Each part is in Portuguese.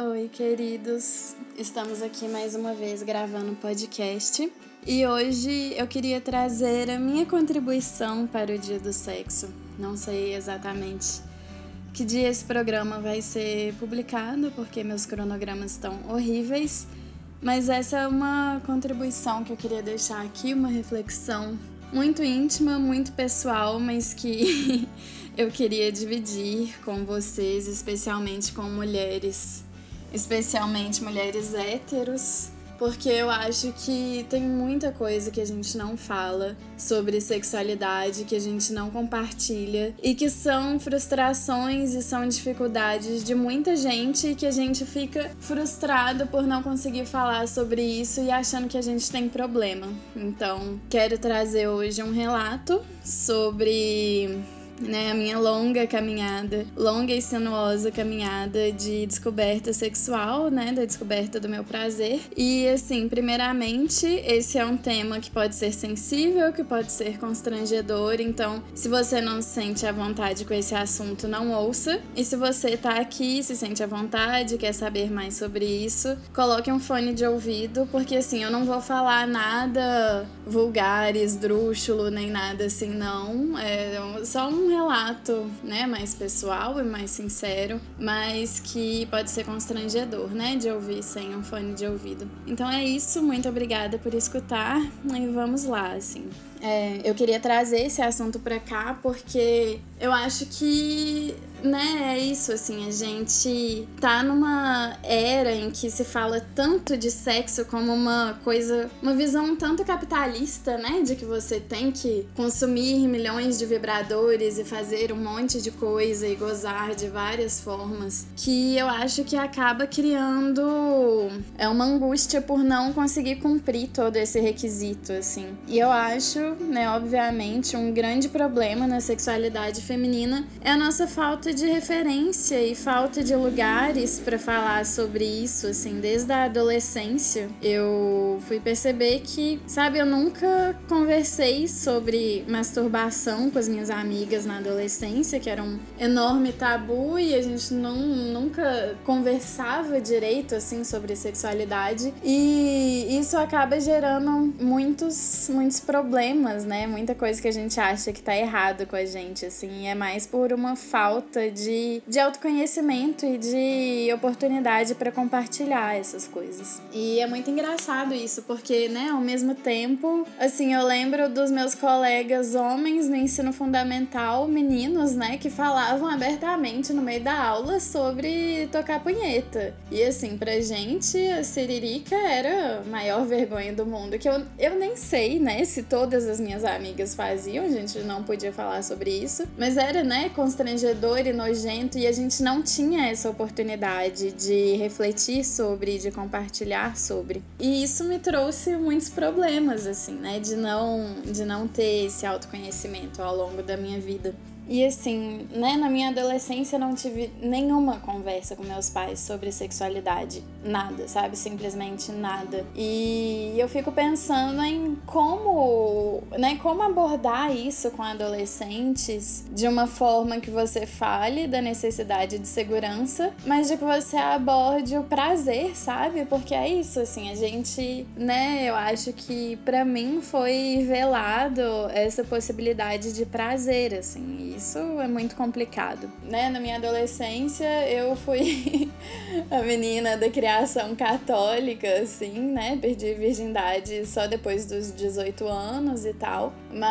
Oi, queridos. Estamos aqui mais uma vez gravando um podcast e hoje eu queria trazer a minha contribuição para o Dia do Sexo. Não sei exatamente que dia esse programa vai ser publicado, porque meus cronogramas estão horríveis, mas essa é uma contribuição que eu queria deixar aqui, uma reflexão muito íntima, muito pessoal, mas que eu queria dividir com vocês, especialmente com mulheres. Especialmente mulheres héteros, porque eu acho que tem muita coisa que a gente não fala sobre sexualidade, que a gente não compartilha e que são frustrações e são dificuldades de muita gente e que a gente fica frustrado por não conseguir falar sobre isso e achando que a gente tem problema. Então, quero trazer hoje um relato sobre a minha longa e sinuosa caminhada de descoberta sexual, da descoberta do meu prazer. E assim, primeiramente, esse é um tema que pode ser sensível, que pode ser constrangedor, então se você não se sente à vontade com esse assunto, não ouça. E se você tá aqui, se sente à vontade, quer saber mais sobre isso, coloque um fone de ouvido, porque assim, eu não vou falar nada vulgar, esdrúxulo, nem nada assim, não. É só um relato, mais pessoal e mais sincero, mas que pode ser constrangedor, de ouvir sem um fone de ouvido. Então é isso, muito obrigada por escutar e vamos lá, assim. Eu queria trazer esse assunto pra cá porque eu acho que, é isso, assim, a gente tá numa era em que se fala tanto de sexo como uma coisa, uma visão um tanto capitalista, de que você tem que consumir milhões de vibradores e fazer um monte de coisa e gozar de várias formas, que eu acho que acaba criando uma angústia por não conseguir cumprir todo esse requisito, assim. E eu acho, obviamente, um grande problema na sexualidade feminina é a nossa falta de referência e falta de lugares pra falar sobre isso, assim, desde a adolescência. Eu fui perceber que, eu nunca conversei sobre masturbação com as minhas amigas na adolescência, que era um enorme tabu e a gente nunca conversava direito, assim, sobre sexualidade. E isso acaba gerando muitos problemas, muita coisa que a gente acha que tá errado com a gente, assim, é mais por uma falta de autoconhecimento e de oportunidade pra compartilhar essas coisas. E é muito engraçado isso, porque, ao mesmo tempo, assim, eu lembro dos meus colegas homens no ensino fundamental, meninos, que falavam abertamente no meio da aula sobre tocar punheta. E assim, pra gente, a siririca era a maior vergonha do mundo, que eu nem sei, se todas as minhas amigas faziam, a gente não podia falar sobre isso, mas era, constrangedor e nojento, e a gente não tinha essa oportunidade de refletir sobre, de compartilhar sobre. E isso me trouxe muitos problemas, assim, de não ter esse autoconhecimento ao longo da minha vida. E assim, na minha adolescência eu não tive nenhuma conversa com meus pais sobre sexualidade. Nada, sabe? Simplesmente nada. E eu fico pensando em como abordar isso com adolescentes de uma forma que você fale da necessidade de segurança, mas de que você aborde o prazer, sabe? Porque é isso, assim, a gente, eu acho que pra mim foi velado essa possibilidade de prazer, assim. Isso é muito complicado, Na minha adolescência, eu fui a menina da criação católica, assim, Perdi virgindade só depois dos 18 anos e tal.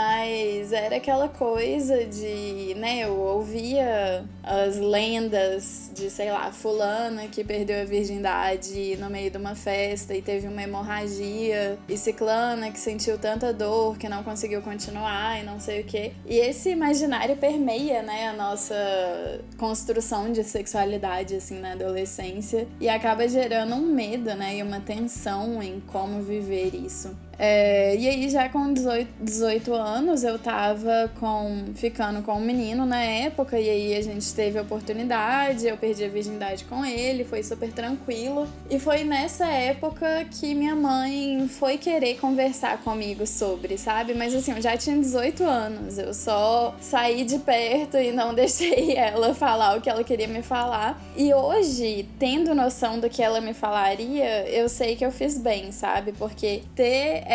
Mas era aquela coisa de, eu ouvia as lendas de, fulana que perdeu a virgindade no meio de uma festa e teve uma hemorragia, e ciclana que sentiu tanta dor que não conseguiu continuar e não sei o quê. E esse imaginário permeia, a nossa construção de sexualidade, assim, na adolescência, e acaba gerando um medo, e uma tensão em como viver isso. E aí, já com 18 anos, eu tava ficando com um menino na época, e aí a gente teve a oportunidade, eu perdi a virgindade com ele, foi super tranquilo. E foi nessa época que minha mãe foi querer conversar comigo sobre, sabe? Mas assim, eu já tinha 18 anos, eu só saí de perto e não deixei ela falar o que ela queria me falar. E hoje, tendo noção do que ela me falaria, eu sei que eu fiz bem, sabe? Porque ter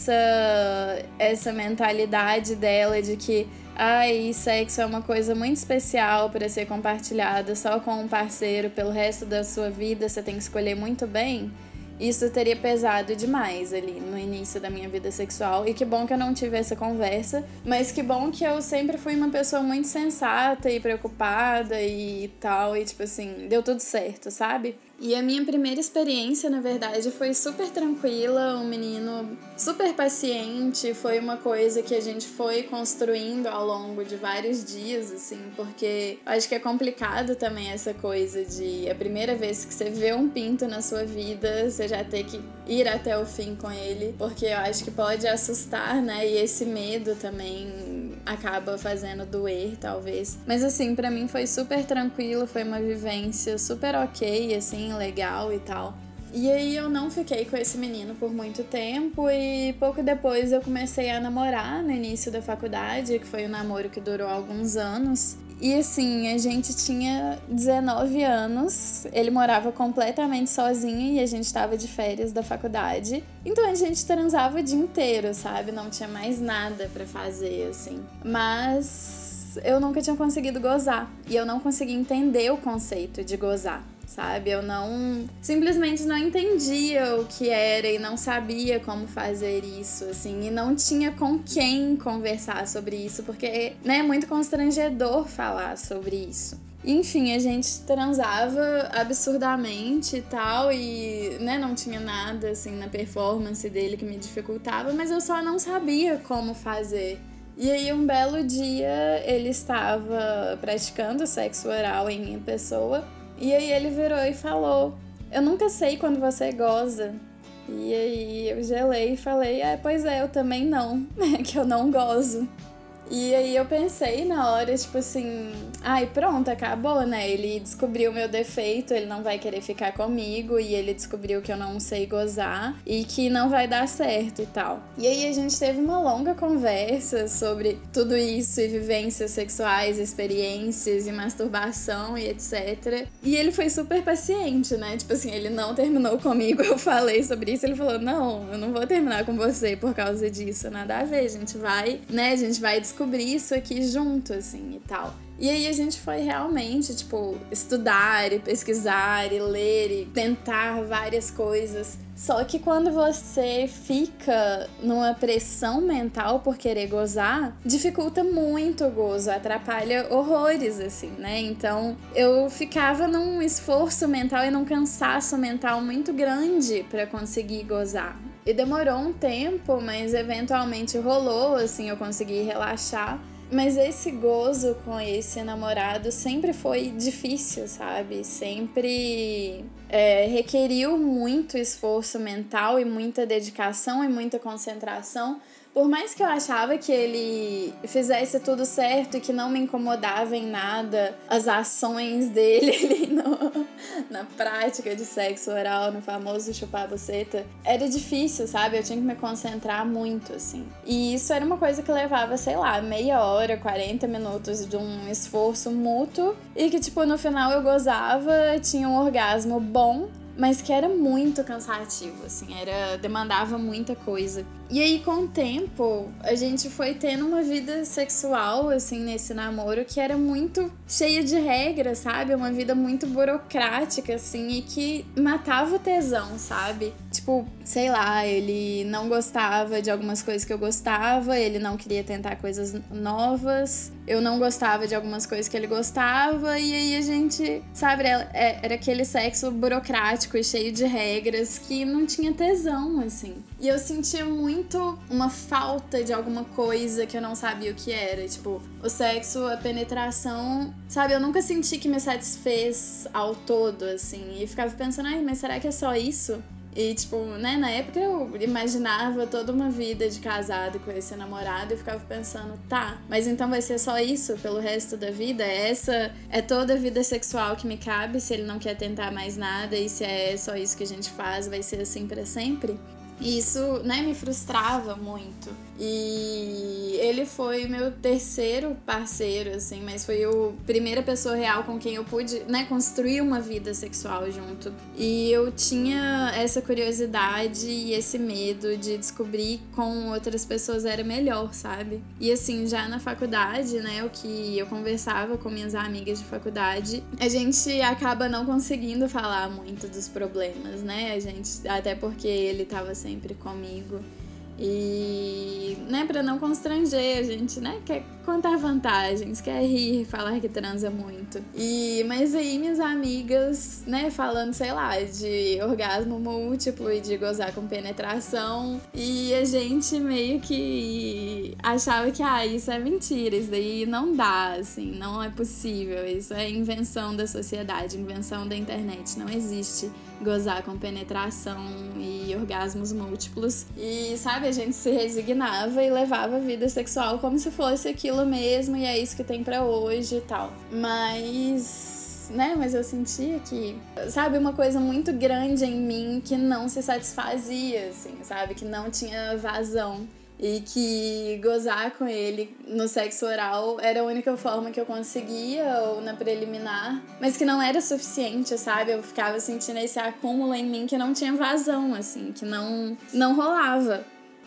essa mentalidade dela de que sexo é uma coisa muito especial para ser compartilhada só com um parceiro pelo resto da sua vida, você tem que escolher muito bem. Isso teria pesado demais ali no início da minha vida sexual. E que bom que eu não tive essa conversa, mas que bom que eu sempre fui uma pessoa muito sensata e preocupada e tal, e tipo assim, deu tudo certo, sabe? E a minha primeira experiência, na verdade, foi super tranquila, um menino super paciente, foi uma coisa que a gente foi construindo ao longo de vários dias, assim, porque acho que é complicado também essa coisa de a primeira vez que você vê um pinto na sua vida, você já ter que ir até o fim com ele, porque eu acho que pode assustar, né? E esse medo também acaba fazendo doer, talvez. Mas assim, pra mim foi super tranquilo, foi uma vivência super ok, assim, legal e tal. E aí eu não fiquei com esse menino por muito tempo e pouco depois eu comecei a namorar no início da faculdade, que foi um namoro que durou alguns anos. E assim, a gente tinha 19 anos, ele morava completamente sozinho e a gente tava de férias da faculdade. Então a gente transava o dia inteiro, sabe? Não tinha mais nada pra fazer, assim. Mas eu nunca tinha conseguido gozar e eu não conseguia entender o conceito de gozar. Sabe? Eu simplesmente não entendia o que era e não sabia como fazer isso, assim, e não tinha com quem conversar sobre isso, porque, né, é muito constrangedor falar sobre isso. Enfim, a gente transava absurdamente e tal, e, né, não tinha nada, assim, na performance dele que me dificultava, mas eu só não sabia como fazer. E aí, um belo dia, ele estava praticando sexo oral em minha pessoa. E aí ele virou e falou: eu nunca sei quando você goza. E aí eu gelei e falei: pois é, eu também não, que eu não gozo. E aí eu pensei na hora, tipo assim, pronto, acabou, né? Ele descobriu o meu defeito, ele não vai querer ficar comigo, e ele descobriu que eu não sei gozar e que não vai dar certo e tal. E aí a gente teve uma longa conversa sobre tudo isso, e vivências sexuais, experiências, e masturbação e etc. E ele foi super paciente, né? Tipo assim, ele não terminou comigo, eu falei sobre isso, ele falou: não, eu não vou terminar com você por causa disso, nada a ver, a gente vai descobrir isso aqui junto, assim, e tal. E aí a gente foi realmente, tipo, estudar e pesquisar e ler e tentar várias coisas. Só que quando você fica numa pressão mental por querer gozar, dificulta muito o gozo, atrapalha horrores, assim, né? Então eu ficava num esforço mental e num cansaço mental muito grande pra conseguir gozar. E demorou um tempo, mas eventualmente rolou, assim, eu consegui relaxar. Mas esse gozo com esse namorado sempre foi difícil, sabe? Sempre requeriu muito esforço mental e muita dedicação e muita concentração. Por mais que eu achava que ele fizesse tudo certo e que não me incomodava em nada as ações dele ali na prática de sexo oral, no famoso chupar buceta, era difícil, sabe? Eu tinha que me concentrar muito, assim. E isso era uma coisa que levava, sei lá, meia hora, 40 minutos de um esforço mútuo e que, tipo, no final eu gozava, tinha um orgasmo bom, mas que era muito cansativo, assim, demandava muita coisa. E aí, com o tempo, a gente foi tendo uma vida sexual, assim, nesse namoro que era muito cheia de regras, sabe? Uma vida muito burocrática, assim, e que matava o tesão, sabe? Tipo, sei lá, ele não gostava de algumas coisas que eu gostava, ele não queria tentar coisas novas, eu não gostava de algumas coisas que ele gostava, e aí a gente, sabe, era aquele sexo burocrático e cheio de regras que não tinha tesão, assim. E eu sentia muito uma falta de alguma coisa que eu não sabia o que era. Tipo, o sexo, a penetração, sabe? Eu nunca senti que me satisfez ao todo, assim. E ficava pensando, mas será que é só isso? E, tipo, né, na época eu imaginava toda uma vida de casado com esse namorado e ficava pensando, tá, mas então vai ser só isso pelo resto da vida? Essa é toda a vida sexual que me cabe, se ele não quer tentar mais nada e se é só isso que a gente faz, vai ser assim pra sempre? E isso, né, me frustrava muito. E ele foi meu terceiro parceiro, assim, mas foi a primeira pessoa real com quem eu pude, né, construir uma vida sexual junto. E eu tinha essa curiosidade e esse medo de descobrir com outras pessoas era melhor, sabe? E assim, já na faculdade, né, o que eu conversava com minhas amigas de faculdade, a gente acaba não conseguindo falar muito dos problemas, né? A gente, até porque ele tava sempre comigo. E, né, pra não constranger, a gente, né, quer contar vantagens, quer rir, falar que transa muito. Mas aí minhas amigas, né, falando, sei lá, de orgasmo múltiplo e de gozar com penetração, e a gente meio que achava que, isso é mentira, isso daí não dá, assim, não é possível, isso é invenção da sociedade, invenção da internet, não existe gozar com penetração e orgasmos múltiplos. E, sabe, a gente se resignava e levava a vida sexual como se fosse aquilo mesmo e é isso que tem pra hoje e tal. Mas eu sentia que, sabe, uma coisa muito grande em mim que não se satisfazia, assim, sabe, que não tinha vazão. E que gozar com ele no sexo oral era a única forma que eu conseguia, ou na preliminar, mas que não era suficiente, sabe? Eu ficava sentindo esse acúmulo em mim que não tinha vazão, assim, que não rolava.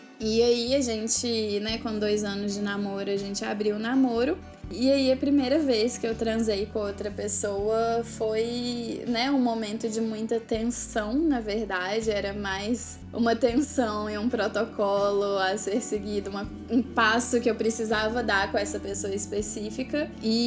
E aí a gente, né, com 2 anos de namoro, a gente abriu o namoro. E aí a primeira vez que eu transei com outra pessoa foi, né, um momento de muita tensão, na verdade. Era mais uma tensão e um protocolo a ser seguido, um passo que eu precisava dar com essa pessoa específica.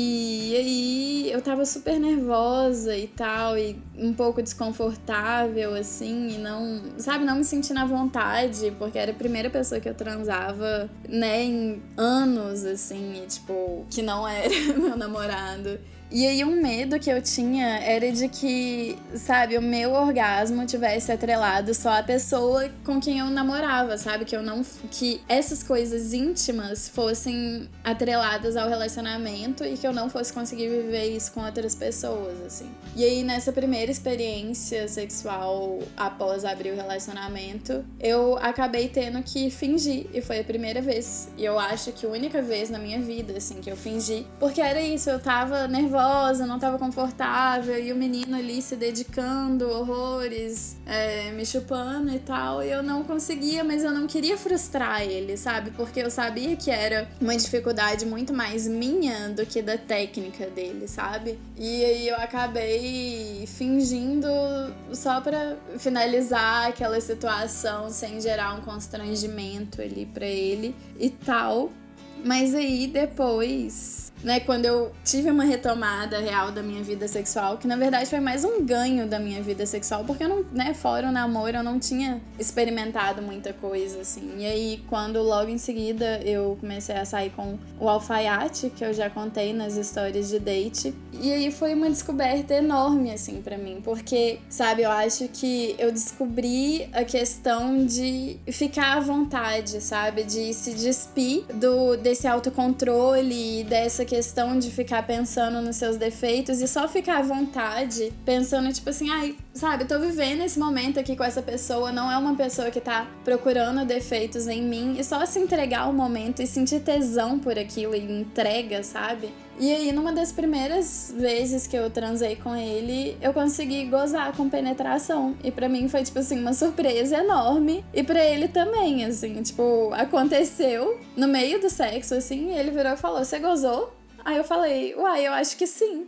E aí eu tava super nervosa e tal, e um pouco desconfortável, assim, e não me sentindo à vontade, porque era a primeira pessoa que eu transava, né, em anos, assim, e, tipo, que não era meu namorado. E aí um medo que eu tinha era de que, sabe, o meu orgasmo tivesse atrelado só a pessoa com quem eu namorava, sabe? Que essas coisas íntimas fossem atreladas ao relacionamento e que eu não fosse conseguir viver isso com outras pessoas, assim. E aí nessa primeira experiência sexual após abrir o relacionamento, eu acabei tendo que fingir, e foi a primeira vez. E eu acho que a única vez na minha vida, assim, que eu fingi, porque era isso, eu tava nervosa, não tava confortável, e o menino ali se dedicando horrores, me chupando e tal, e eu não conseguia, mas eu não queria frustrar ele, sabe? Porque eu sabia que era uma dificuldade muito mais minha do que da técnica dele, sabe? E aí eu acabei fingindo só pra finalizar aquela situação sem gerar um constrangimento ali pra ele e tal. Mas aí depois, né, quando eu tive uma retomada real da minha vida sexual, que na verdade foi mais um ganho da minha vida sexual, porque eu não, né, fora o namoro, eu não tinha experimentado muita coisa, assim. E aí, quando logo em seguida eu comecei a sair com o alfaiate, que eu já contei nas histórias de date, e aí foi uma descoberta enorme, assim, pra mim, porque, sabe, eu acho que eu descobri a questão de ficar à vontade, sabe, de se despir desse autocontrole e dessa questão de ficar pensando nos seus defeitos e só ficar à vontade, pensando tipo assim, sabe, tô vivendo esse momento aqui com essa pessoa, não é uma pessoa que tá procurando defeitos em mim, e só se entregar ao momento e sentir tesão por aquilo e entrega, sabe? E aí, numa das primeiras vezes que eu transei com ele, eu consegui gozar com penetração. E pra mim foi, tipo assim, uma surpresa enorme. E pra ele também, assim, tipo, aconteceu no meio do sexo, assim, e ele virou e falou, você gozou? Aí eu falei, uai, eu acho que sim.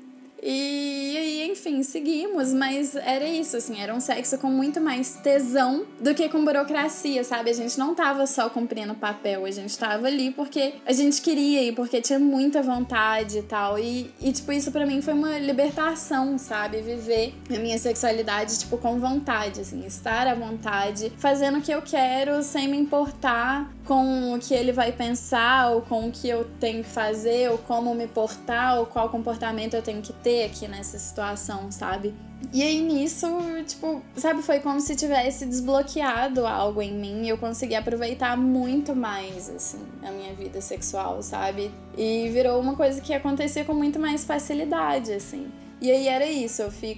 E aí, enfim, seguimos, mas era isso, assim, era um sexo com muito mais tesão do que com burocracia, sabe? A gente não tava só cumprindo papel, a gente tava ali porque a gente queria ir, porque tinha muita vontade e tal. E tipo, isso pra mim foi uma libertação, sabe? Viver a minha sexualidade, tipo, com vontade, assim, estar à vontade, fazendo o que eu quero sem me importar com o que ele vai pensar, ou com o que eu tenho que fazer, ou como me portar, ou qual comportamento eu tenho que ter aqui nessa situação, sabe? E aí nisso, tipo, sabe, foi como se tivesse desbloqueado algo em mim e eu consegui aproveitar muito mais, assim, a minha vida sexual, sabe? E virou uma coisa que acontecia com muito mais facilidade, assim. E aí era isso,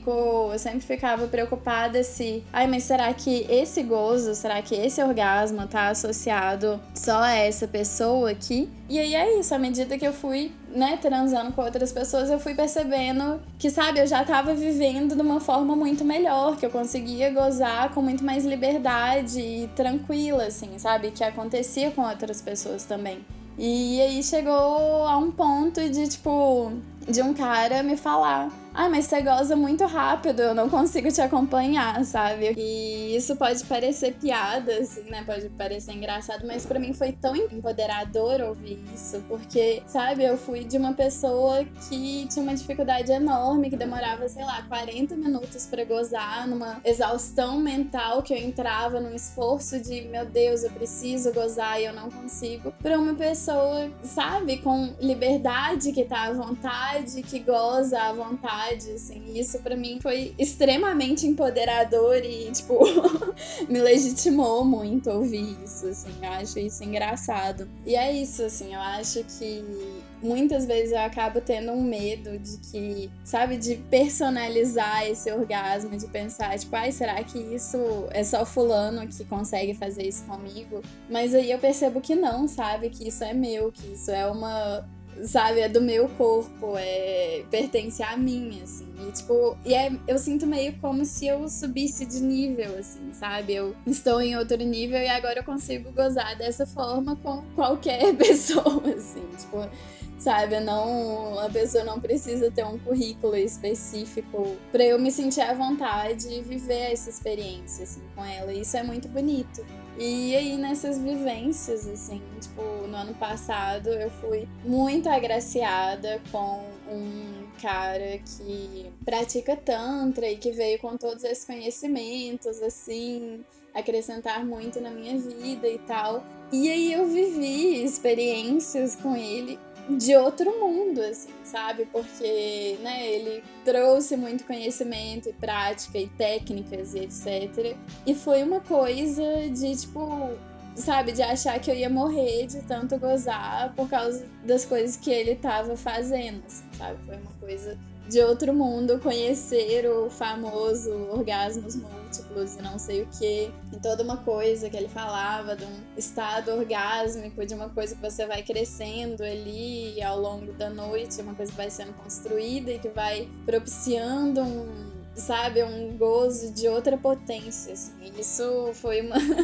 eu sempre ficava preocupada se, mas será que esse gozo, será que esse orgasmo tá associado só a essa pessoa aqui? E aí é isso, à medida que eu fui, né, transando com outras pessoas, eu fui percebendo que, sabe, eu já tava vivendo de uma forma muito melhor, que eu conseguia gozar com muito mais liberdade e tranquila, assim, sabe? Que acontecia com outras pessoas também. E aí chegou a um ponto de, tipo, de um cara me falar: mas você goza muito rápido, eu não consigo te acompanhar, sabe? E isso pode parecer piada, assim, né? Pode parecer engraçado, mas pra mim foi tão empoderador ouvir isso, porque, sabe, eu fui de uma pessoa que tinha uma dificuldade enorme, que demorava, sei lá, 40 minutos pra gozar, numa exaustão mental que eu entrava num esforço de, meu Deus, eu preciso gozar e eu não consigo, pra uma pessoa, sabe, com liberdade, que tá à vontade, que goza à vontade. Assim, isso pra mim foi extremamente empoderador e, tipo, me legitimou muito ouvir isso, assim, eu acho isso engraçado. E é isso, assim, eu acho que muitas vezes eu acabo tendo um medo de que, sabe, de personalizar esse orgasmo, de pensar, tipo, será que isso é só fulano que consegue fazer isso comigo? Mas aí eu percebo que não, sabe, que isso é meu, que isso é sabe, é do meu corpo, pertence a mim, assim. E, tipo, eu sinto meio como se eu subisse de nível, assim, sabe? Eu estou em outro nível e agora eu consigo gozar dessa forma com qualquer pessoa, assim. Tipo, sabe? A pessoa não precisa ter um currículo específico pra eu me sentir à vontade e viver essa experiência, assim, com ela. E isso é muito bonito. E aí, nessas vivências, assim, tipo, no ano passado eu fui muito agraciada com um cara que pratica Tantra e que veio com todos esses conhecimentos, assim, acrescentar muito na minha vida e tal. E aí eu vivi experiências com ele de outro mundo, assim, sabe? Porque, né, ele trouxe muito conhecimento e prática e técnicas e etc. E foi uma coisa de, tipo, sabe, de achar que eu ia morrer de tanto gozar por causa das coisas que ele tava fazendo, assim, sabe? Foi uma coisa de outro mundo, conhecer o famoso orgasmos múltiplos e não sei o que, e toda uma coisa que ele falava de um estado orgásmico, de uma coisa que você vai crescendo ali ao longo da noite, uma coisa que vai sendo construída e que vai propiciando um gozo de outra potência, assim. Isso foi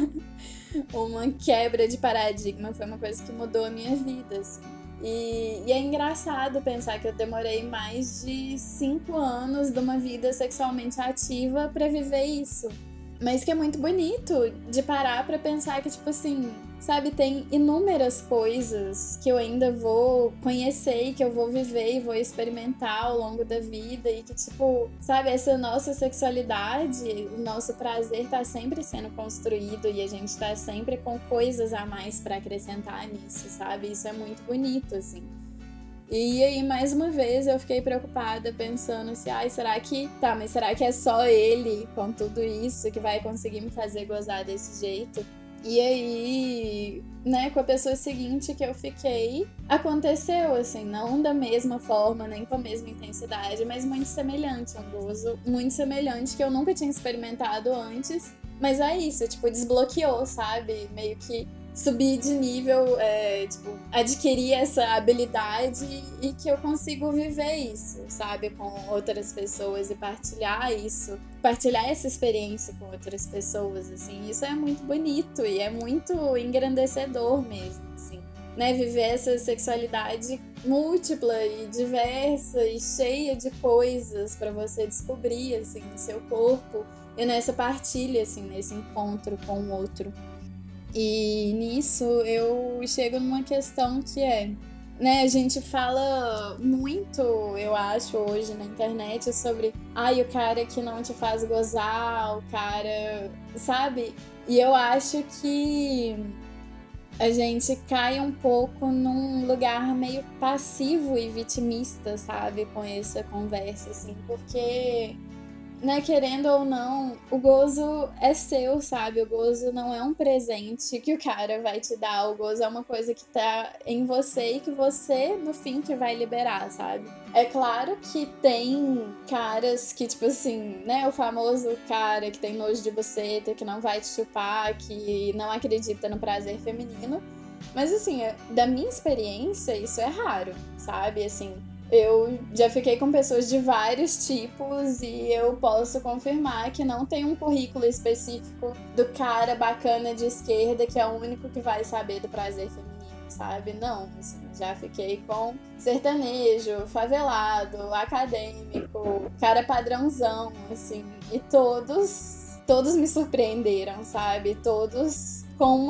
uma quebra de paradigma, foi uma coisa que mudou a minha vida, assim. E é engraçado pensar que eu demorei mais de 5 anos de uma vida sexualmente ativa pra viver isso. Mas que é muito bonito de parar pra pensar que, tipo assim, sabe, tem inúmeras coisas que eu ainda vou conhecer e que eu vou viver e vou experimentar ao longo da vida e que, tipo, sabe, essa nossa sexualidade, o nosso prazer tá sempre sendo construído e a gente tá sempre com coisas a mais pra acrescentar nisso, sabe? Isso é muito bonito, assim. E aí, mais uma vez, eu fiquei preocupada, pensando assim, mas será que é só ele, com tudo isso, que vai conseguir me fazer gozar desse jeito? E aí, né, com a pessoa seguinte que eu fiquei, aconteceu, assim, não da mesma forma, nem com a mesma intensidade, mas muito semelhante, um gozo muito semelhante que eu nunca tinha experimentado antes. Mas é isso, tipo, desbloqueou, sabe? Meio que subir de nível, tipo, adquirir essa habilidade e que eu consigo viver isso, sabe, com outras pessoas e partilhar essa experiência com outras pessoas, assim, isso é muito bonito e é muito engrandecedor mesmo, assim, né, viver essa sexualidade múltipla e diversa e cheia de coisas para você descobrir, assim, no seu corpo e nessa partilha, assim, nesse encontro com o outro. E nisso eu chego numa questão que né, a gente fala muito, eu acho, hoje na internet sobre, o cara que não te faz gozar, o cara, sabe? E eu acho que a gente cai um pouco num lugar meio passivo e vitimista, sabe? Com essa conversa, assim, porque, né, querendo ou não, o gozo é seu, sabe? O gozo não é um presente que o cara vai te dar. O gozo é uma coisa que tá em você e que você, no fim, que vai liberar, sabe? É claro que tem caras que, tipo assim, né? O famoso cara que tem nojo de buceta, que não vai te chupar, que não acredita no prazer feminino. Mas, assim, da minha experiência, isso é raro, sabe? Assim, eu já fiquei com pessoas de vários tipos e eu posso confirmar que não tem um currículo específico do cara bacana de esquerda que é o único que vai saber do prazer feminino, sabe? Não, assim, já fiquei com sertanejo, favelado, acadêmico, cara padrãozão, assim, e todos me surpreenderam, sabe? Todos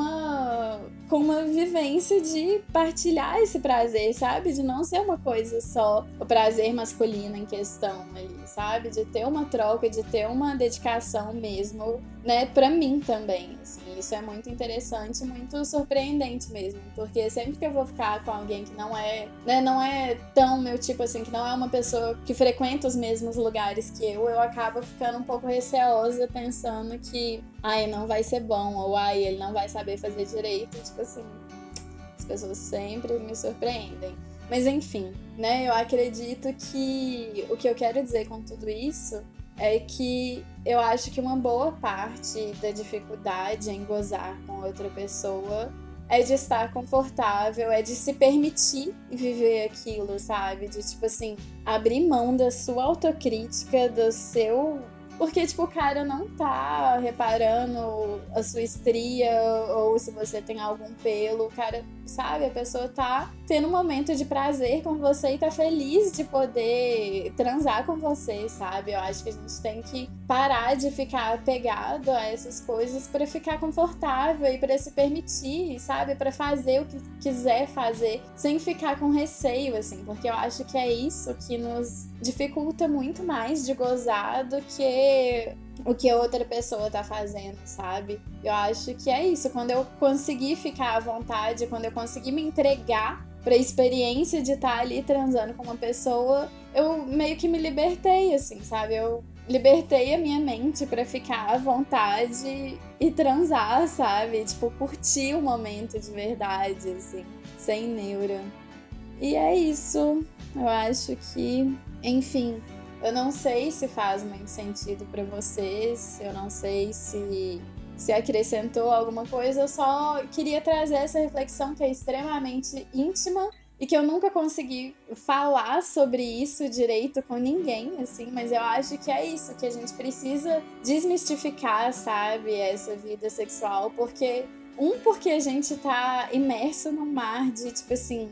com uma vivência de partilhar esse prazer, sabe? De não ser uma coisa só o prazer masculino em questão ali, sabe? De ter uma troca, de ter uma dedicação mesmo, né? Pra mim também, assim. Isso é muito interessante, muito surpreendente mesmo, porque sempre que eu vou ficar com alguém que não é, né? Não é tão meu tipo, assim, que não é uma pessoa que frequenta os mesmos lugares que eu acabo ficando um pouco receosa, pensando que, ai, não vai ser bom, ou ai, ele não vai saber fazer direito, tipo assim, as pessoas sempre me surpreendem. Mas enfim, né, eu acredito que o que eu quero dizer com tudo isso é que eu acho que uma boa parte da dificuldade em gozar com outra pessoa é de estar confortável, é de se permitir viver aquilo, sabe? De, tipo assim, abrir mão da sua autocrítica, do seu. Porque, tipo, o cara não tá reparando a sua estria ou se você tem algum pelo. O cara, sabe? A pessoa tá tendo um momento de prazer com você e tá feliz de poder transar com você, sabe? Eu acho que a gente tem que parar de ficar apegado a essas coisas pra ficar confortável e pra se permitir, sabe? Pra fazer o que quiser fazer sem ficar com receio, assim. Porque eu acho que é isso que nos dificulta muito mais de gozar do que o que a outra pessoa tá fazendo, sabe? Eu acho que é isso. Quando eu conseguir ficar à vontade, quando eu conseguir me entregar pra experiência de estar ali transando com uma pessoa, eu meio que me libertei, assim, sabe? Eu libertei a minha mente pra ficar à vontade e transar, sabe? Tipo, curtir o momento de verdade, assim, sem neura. E é isso. Eu acho que, enfim, eu não sei se faz muito sentido para vocês, eu não sei se acrescentou alguma coisa, eu só queria trazer essa reflexão que é extremamente íntima e que eu nunca consegui falar sobre isso direito com ninguém, assim, mas eu acho que é isso, que a gente precisa desmistificar, sabe, essa vida sexual, porque a gente tá imerso num mar de, tipo assim,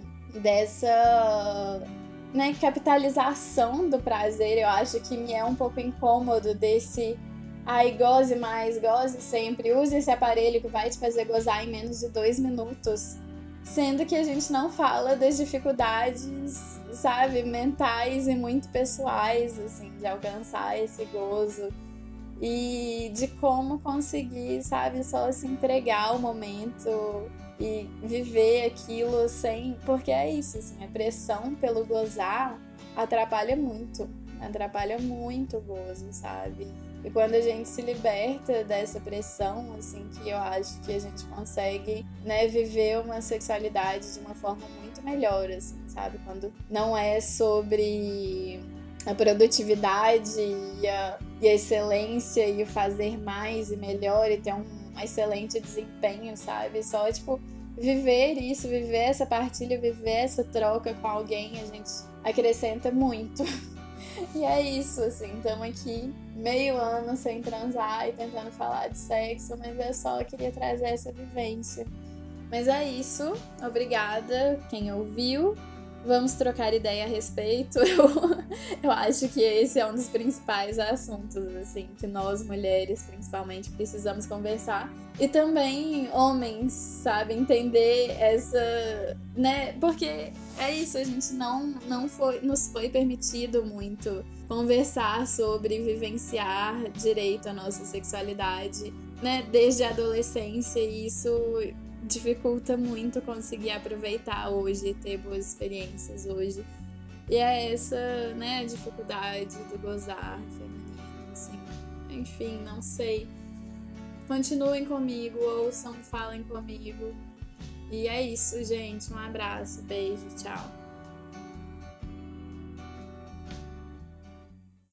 dessa, né, capitalização do prazer. Eu acho que me é um pouco incômodo desse ai, goze mais, goze sempre, use esse aparelho que vai te fazer gozar em menos de 2 minutos. Sendo que a gente não fala das dificuldades, sabe, mentais e muito pessoais, assim, de alcançar esse gozo e de como conseguir, sabe, só se entregar ao momento e viver aquilo sem. Porque é isso, assim, a pressão pelo gozar atrapalha muito o gozo, sabe? E quando a gente se liberta dessa pressão, assim, que eu acho que a gente consegue, né, viver uma sexualidade de uma forma muito melhor, assim, sabe? Quando não é sobre a produtividade e a excelência e o fazer mais e melhor e ter um excelente desempenho, sabe? Só, tipo, viver isso, viver essa partilha, viver essa troca com alguém, a gente acrescenta muito. E é isso, assim, estamos aqui meio ano sem transar e tentando falar de sexo, mas eu só queria trazer essa vivência. Mas é isso, obrigada quem ouviu. Vamos trocar ideia a respeito. Eu acho que esse é um dos principais assuntos, assim, que nós mulheres, principalmente, precisamos conversar. E também homens, sabe, entender essa, né? Porque é isso, a gente nos foi permitido muito conversar sobre vivenciar direito a nossa sexualidade né, desde a adolescência, e isso dificulta muito conseguir aproveitar hoje, ter boas experiências hoje. E é essa, né, dificuldade do gozar feminino, assim. Enfim, não sei. Continuem comigo, ouçam, falem comigo. E é isso, gente. Um abraço, beijo, tchau.